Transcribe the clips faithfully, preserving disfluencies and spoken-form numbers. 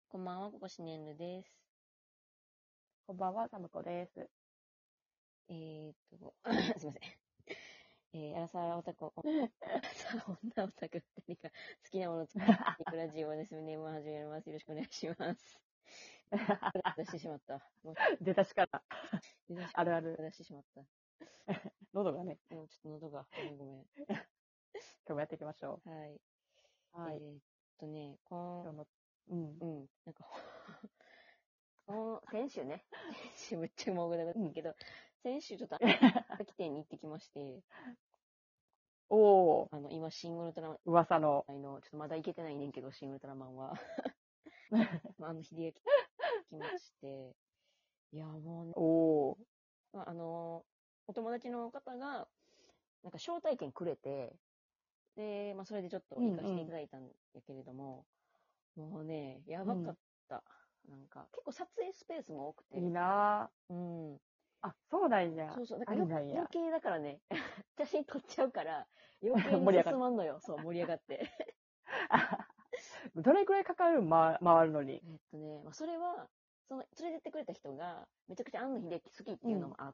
こんばんは、ここしねんるです。 こんばんは、サムコです。 えーっと、すいません。えー、アラサーオタク、アラサー女オタクふたりが好きなものを作っていくラジオです。ネームを始めます。よろしくお願いします。出してしまった。 出だしから。 出だしあるある。 出してしまった。 喉がね。 もうちょっと喉が、ごめんごめん。 今日もやっていきましょはい。 う。はい。 えーっとね、こ今日の、うん。 ん、うん、なんか、この、先週ね、先週めっちゃもぐだぐだけど、先週ちょっと、秋店に行ってきまして、 おー、 あの、今、シン・ウルトラマン、 噂の。 あの、ちょっとまだ行けてないねんけど、シン・ウルトラマンは。あの、秀明来まして、いや、もうね、 おー。 あの、お友達の方が、なんか招待券くれて、で、まあ、それでちょっと行かせていただいたんやけれども、もうね、やばかった。なんか、結構撮影スペースも多くて、 いいなうん。 ぁ。あ、そうなんや。 そうそう、なんかあよりなんや。 余計だからね、写真撮っちゃうから、余計に盛り上がる。 進まんのよ。そう、盛り上がって。 どれくらいかかるま、回るのに。 えっとね、まあ、それは、その、連れてってくれた人が、めちゃくちゃ庵野秀明好きっていうのもあって、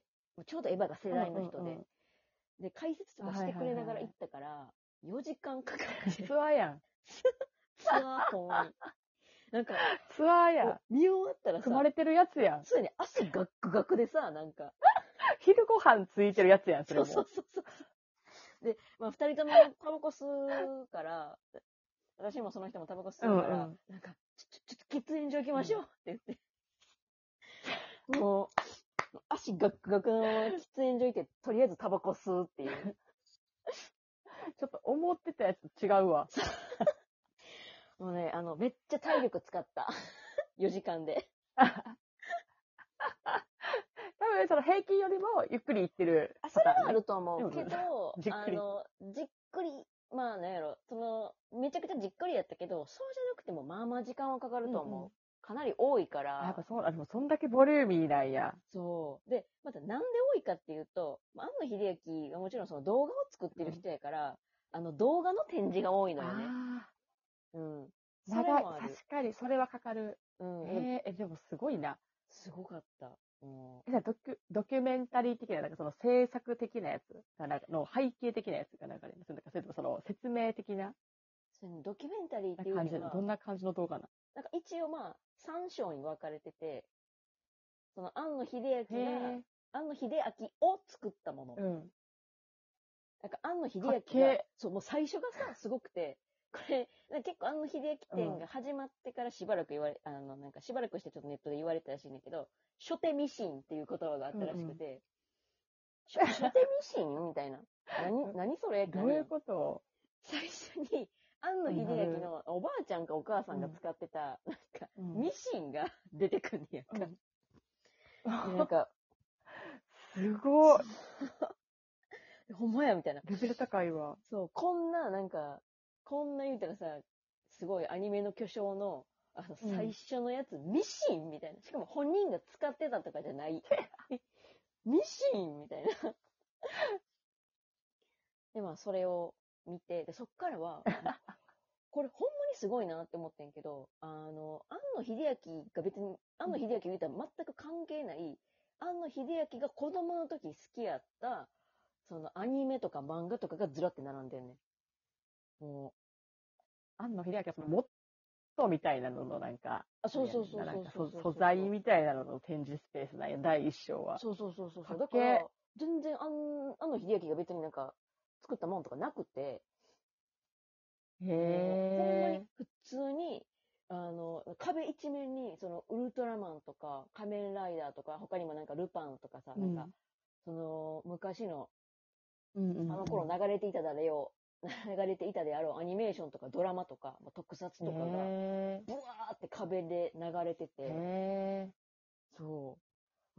もうちょうどエヴァが世うんうん代の人で、 うん。 で、解説とかしてくれながら行ったから、よじかんかかって、 ツアーやん。 ツアー、ほんまに。なんか、 ツアーやん。 見終わったらさ、 組まれてるやつやん。 そうやね、汗ガックガクでさ、なんか、 昼ご飯ついてるやつやん、それも。 そうそうそうそう。で、まあ、二人ともタバコ吸うから、私もその人もタバコ吸うから、 うんうんなんか、ちょ、ちょ、ちょっと喫煙所行きましょうって言って、もう、足ガックガクの喫煙所行って、とりあえずタバコ吸うっていう。 ちょっと思ってたやつと違うわ。 もうね、あの、めっちゃ体力使った。よじかんで。 多分、その平均よりもゆっくり行ってるあ、そパターンね。 れはあると思うけど、 じっくり。 あの、じっくり、まあ、なんやろ、その、めちゃくちゃじっくりやったけど、そうじゃなくても、まあまあ時間はかかると思う。 うんうん。 かなり多いかあ、やっぱら、 そう、あ、でもそんだけボリューミーなんや。 そう。で、またなんで多いかっていうと、まあ庵野秀明はもちろんその動画を作ってる人やから、あの動画の展示が多いのよね。 あうん。 あ、 それ長い。 もある。 確かに、それはかかる。 うん。でもえー、え、でもすごいな。 すごかった。うん。 え、じゃあドキュ、ドキュメンタリー的な、なんかその制作的なやつが、なんかの背景的なやつが流れます。なんかそれともその説明的なそれドキュメンタリーっていうよ感じなの。どりは、 んな感じの動画ななんか一応まあ、さん章に分かれてて、その庵野秀の？ 明が、 へえ。 庵野秀明を作ったもの。 うん。 なんか庵野秀かっ明が、 けそう、もう最初がさ、すごくて、これ、なんか結構庵野秀明ー。うん。 展が始まってからしばらく言われ、あの、なんかしばらくしてちょっとネットで言われたらしいんだけど、初手ミシンっていう言葉があったらしくて、しょ初手ミシンみたいな。何、何それってなるやん。 どういうこと？ 最初に、庵野秀明のおばあちゃんかお母さんが使ってた、なんか、 うん。 ミシンが出てくんねやんか。 うん。 で、なんか、 すごい。 ほんまやみたいな。 レベル高いわ。 そう、こんな、なんか、こんな言うたらさ、すごいアニメの巨匠の、あの、 うん。 最初のやつ、ミシンみたいな。しかも本人が使ってたとかじゃない。ミシンみたいな。で、まあ、それを見て、で、そっからは、これほんまにすごいなって思ってんけど、あの、庵野秀明が別に、庵野秀明言うたら全く関係ない、庵野秀明が子供の時好きやった、そのアニメとか漫画とかがずらって並んでんねん。も庵野秀明はそのモットーみたいなののなんか、 う、あ、そうあれやねんな、 そうそうそうなんかそそうそうそう素材みたいなのの展示スペースなんや、だい一章は。 そうそうそうそうそう。 かっけだから、全然あん、庵野秀明が別になんか作ったもんとかなくて、 ー。 もう、ほんまにへ普通に、あの、壁一面に、その、ウルトラマンとか、仮面ライダーとか、他にもなんかルパンとかさ、 ー。うなんか、 ん。 その、昔の、 うんうんあの頃流れていただろう、流れていたであろうアニメーションとかドラマとか、まあ特撮うん。 とかが、 へブワーって壁で流れてー。 て、 へー。 そう。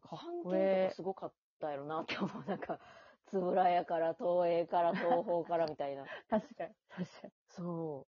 かっ反こ響とかえすごかったやろなって思う。なんか、つぶらやから東映から東宝からみたいな。 ー。確かに、確かに。 そう。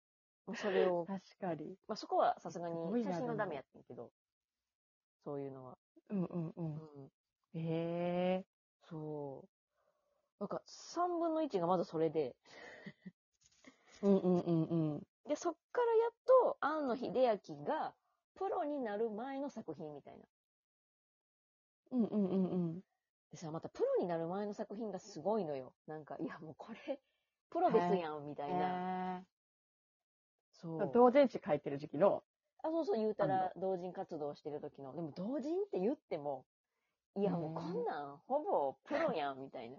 それを、 確かに。 まあ、そこはさえすがにすごいな、 写真はダメやでも。 ってんけど、そういうのは。 うんうんうん。 うん。 へえそう。なんか、さんぶんのいちがまずそれで、 ー。うんうんうんうん。 で、そっからやっと、庵野秀明が、プロになる前の作品みたいな。 うんうんうんうん。 でさ、またプロになる前の作品がすごいのよ。なんか、いやもうこれ、プロですやん、みたいな。 へー。 そう。 同人誌書いてる時期の、 あ、そうそう言うた庵野。 ら、同人活動してる時の。でも、同人って言っても、いへやもうこんー。 なん、ほぼプロやん、みたいな。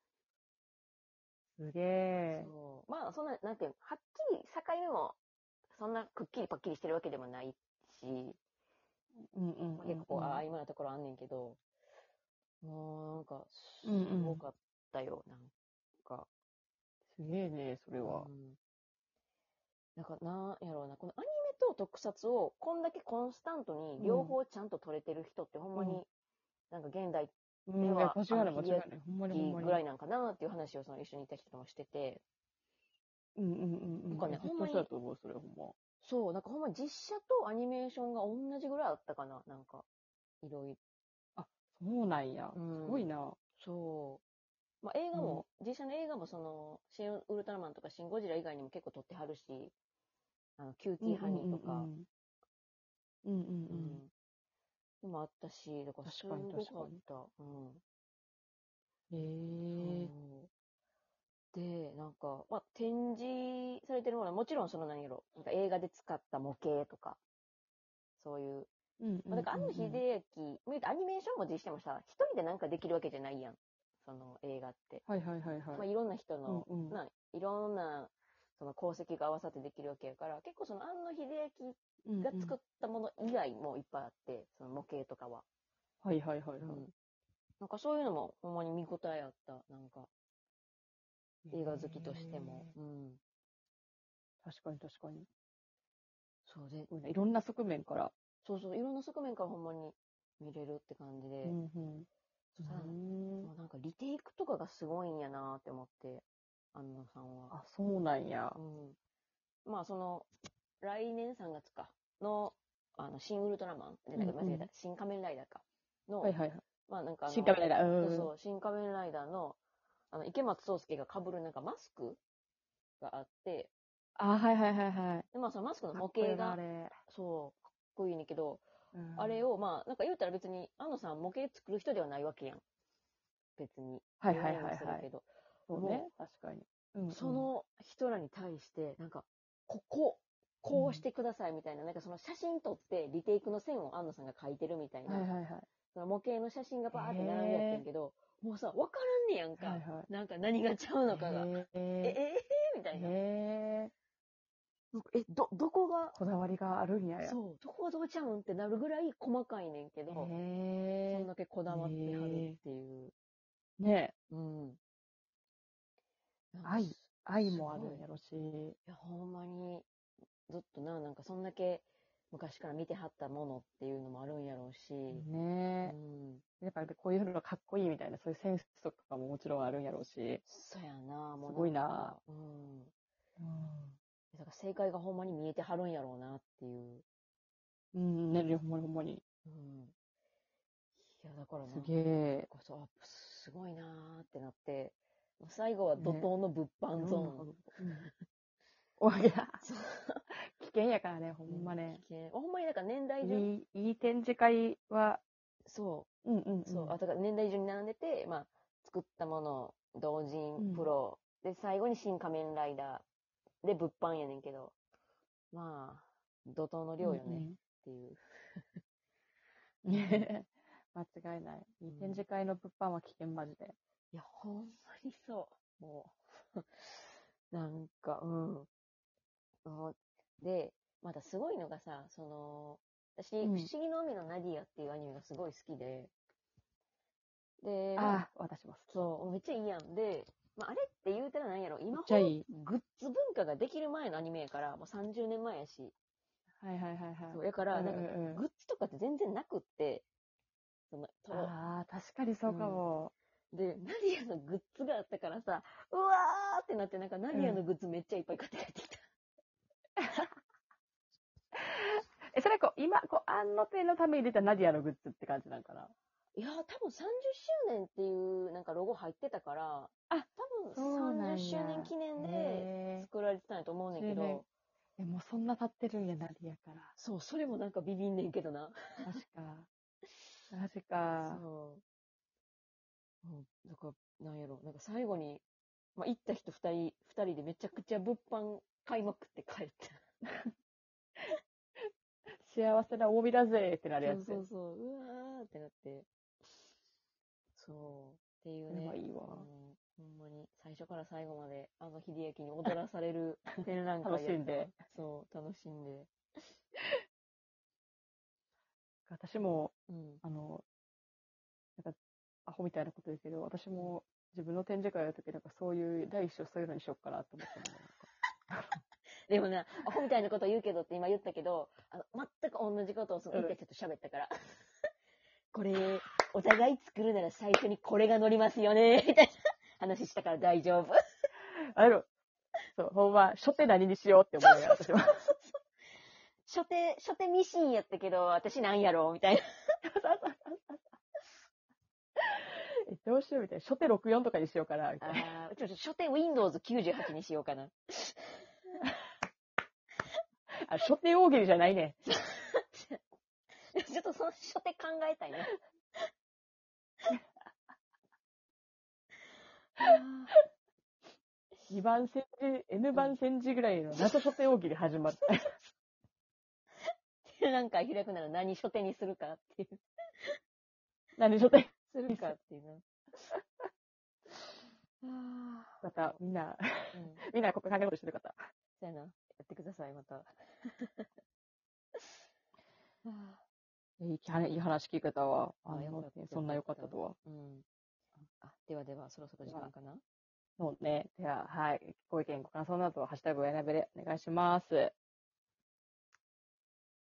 すげえ。 そう。まあ、そんな、なんていうの、はっきり、境目も、そんなくっきりパッキリしてるわけでもないし、 うんうんまあ、 うんう結構、ああ、 ん。 今のところあんねんけど、もう、なんか、 うんうすごん。 かったよ、なんか。 すげえね、それは。 うん。なんか、なんやろうな、このアニメと特撮を、こんだけコンスタントに両うん。 方ちゃんと撮れてる人って、ほんうん。 まに、なんか現代うん、いや、 では、あの、 間違いない、間違い秀ない。ほんまにほんまに。 明ぐらいなんかなっていう話を、その一緒にいた人ともしてて、 うんうんうんうん。 なんかね、 いや、絶ほんまに、 対そうやと思う、それ、ほんま。 そう、なんかほんま実写とアニメーションが同じぐらいあったかな、なんか、いろいろ。 あ、そうなんや。 うん。 すごいな。 そう。まあ、映うん。 画も、実写の映画もその、シン・ウルトラマンとかシン・ゴジラ以外にも結構撮ってはるし、あの、キューティーハうんうんうんニーとか、 うん。うんうんううん。 ん。 でもあったし、だからす確かにごかっ確かに。 た。うん。 へえ。 そう。で、なんか、まあ、展示されてるものはもちろんその何やろ、なんか映画で使った模型とか、そういう、まあ、だうんうんから庵野秀うんうん。 明、まあアニメーションも実写もさ、一人でなんかできるわけじゃないやん。その映画って。 はいはいはいはい。 まあ、いろんな人の、 うんうん。 な、いろんな、その功績が合わさってできるわけやから、結構その庵野秀明がうんうん。 作ったもの以外もいっぱいあって、その模型とかは。 はいはいはいはい。 うん。なんかそういうのもほんまに見応えあった。なんか、 へ映画好きとしても。 え。 うん。 確かに確かに。 そうで、 すごいな。いろんな側面から。 そうそう、いろんな側面からほんまに見れるって感じで、 うんうん。うーさ、 ん。 もうなんかリテイクとかがすごいんやなって思って、安野さんは。 あ、そうなんや。 うん。まあその、来年さんがつかの、あの、新ウルトラマンじゃない、間違えた、 うんうん。 新仮面ライダーか。の、 はいはいはい。 まあなんかあの、 新仮面ライダー。うんうん。 そうそう、新仮面ライダーの、あの、池松壮亮が被るなんかマスクがあって、 あ、はいはいはいはい。 で、まあそのマスクのかっこいいな、あ模型が、 れ。 そう、かっこいいねんけど、 うん。 あれを、まあ、なんか言うたら別に、安野さん模型作る人ではないわけやん。別に。 はいはいデザインははいはい。 するけど。でそうね。 も、 確かに。うんうん。 その人らに対して、なんか、ここ、 うん。 こうしてくださいみたいな、なんかその写真撮ってリテイクの線を安野さんが描いてるみたいな、 はいはいはい。 その模型の写真がへバーって並んでやってんえ。 けど、もうさ、わからんねやんか。 はいはなんか何がちゃうのい。 かが。 へえ、 え。 えー、みたいな。 へえ。 え、ど、どこが、 こだわりがあるんやや。 そう、どこがどうちゃうんってなるぐらい細かいねんけへど、そんえ。 だけこだわってはるっへえ。 ていう。 ねえ。 うん。なんか愛、 す、 愛すごい。いもあるんやろし。 や、ほんまに、ずっとな、なんかそんだけ昔から見てはったものっていうのもあるんやろうし、うねん。 え。やっぱりこういうのかっこいいみたいな、そういうセンスとかももちろんあるんやろうし。 そやな、もすうなんごいな。 か、うん。 うん。 だから正解がほんまに見えてはるんやろうなっていう。 うん、ね、ほんまにほんまに。 うん。いや、だからなんすげえ。 かそう、あすごいなーってなって、最後は怒ね。 涛の物販ゾーン。 いろんなこと。うん。おいや、 そう。 危険やからね、ほうん、 んまね。 危険。ほんまになんか年代順、 いい、いい展示会は、 そうんうんう、そう、 うん。 あ、だから年代順に並んでて、まあ、作ったもの、同人、 うんプロ、で、最後に新仮面ライダー、で、物販やねんけど、まあ、怒涛の量よね、っうんていう。 うん。ね間違いない。いい展うん、 示会の物販は危険マジで。 いや、ほんまにそう。もう、なんか、うん。もうで、またすごいのがさ、その、私、不うん。 思議の海のナディアっていうアニメがすごい好きで、で、まあ、 ああ、私も好き。 そう、めっちゃいいやん。で、まあ、あれって言うたらなんやろ、 めっ今ほちゃいい。 どグッズ文化ができる前のアニメやから、もうさんじゅうねんまえやし、 はいはいはいはい。 そう、やかうら、なんか、 んうんうん。 グッズとかって全然なくって、その、と、 ああ、確かにそうかうも。 ん。で、ナディアのグッズがあったからさ、うわーってなって、なんかナディアのうん。 グッズめっちゃいっぱい買って帰ってきた。 え、それこう、今、こう、安野店のために出たナディアのグッズって感じなんかな。 いやー、多分さんじゅっしゅうねんっていうなんかロゴ入ってたから、 あ、 多分そう 30 なんや。 周年記念でへえ。 作られてたんやと思うねんけ周年。 ど、 でもそんな経ってるんやな、リアから。 そう、それもなんかビビんねんけどな。 確か。マジか。 そう。うん、だから、なんやろ、なんか最後に、まあ、行った人二人、二人でめちゃくちゃ物販買いまくって帰った。 幸せな大見だぜってなるそうやつ。 そうそう、うわーってなって。そう。っていうね。 それはいいわ。 うん、ほんまに、最初から最後まで、あの秀明に踊らされる展覧会やったわ。 楽しんで。 そう、楽しんで。 私も、 うん。 あの、なんか、アホみたいなこと言うけど、私も自分の展示会やるとき、なんかそういう、第一章そういうのにしよっかなと思ったもんね。なんかでもな、アホみたいなこと言うけどって今言ったけど、あの、全く同じことをそのうん一回ちょっと喋ったから。これ、お互い作るなら最初にこれが乗りますよね、みたいな話したから大丈夫。 あれ、そう、ほんま、初手何にしようって思いながら、私は。 初手、初手ミシンやったけど、私なんやろうみたいな。 え、どうしようみたいな。初手ろくじゅうよんとかにしようかな、みたいな。 ああ、ちょっと初手 ウィンドウズきゅうじゅうはち にしようかな。 あ、初手大喜利じゃないね。 ちょっとその初手考えたいね。 にばん戦時、N 番戦時ぐらいの謎初手大喜利始まった。 展覧会開くなら何初手にするかっていう。 何初手するかっていうな。 また、みんな、 うん。 みんなここ考え事してる方。 そうやな。やってください、また。 いい話いい話聞けたわ。ああ、よのかった。 そんな良かったとは。 うん。あ、ではでは、そろそろ時間かな。 そうね。では、はい。ご意見、ご感想などは、ハッシュタグやなべでお願いします。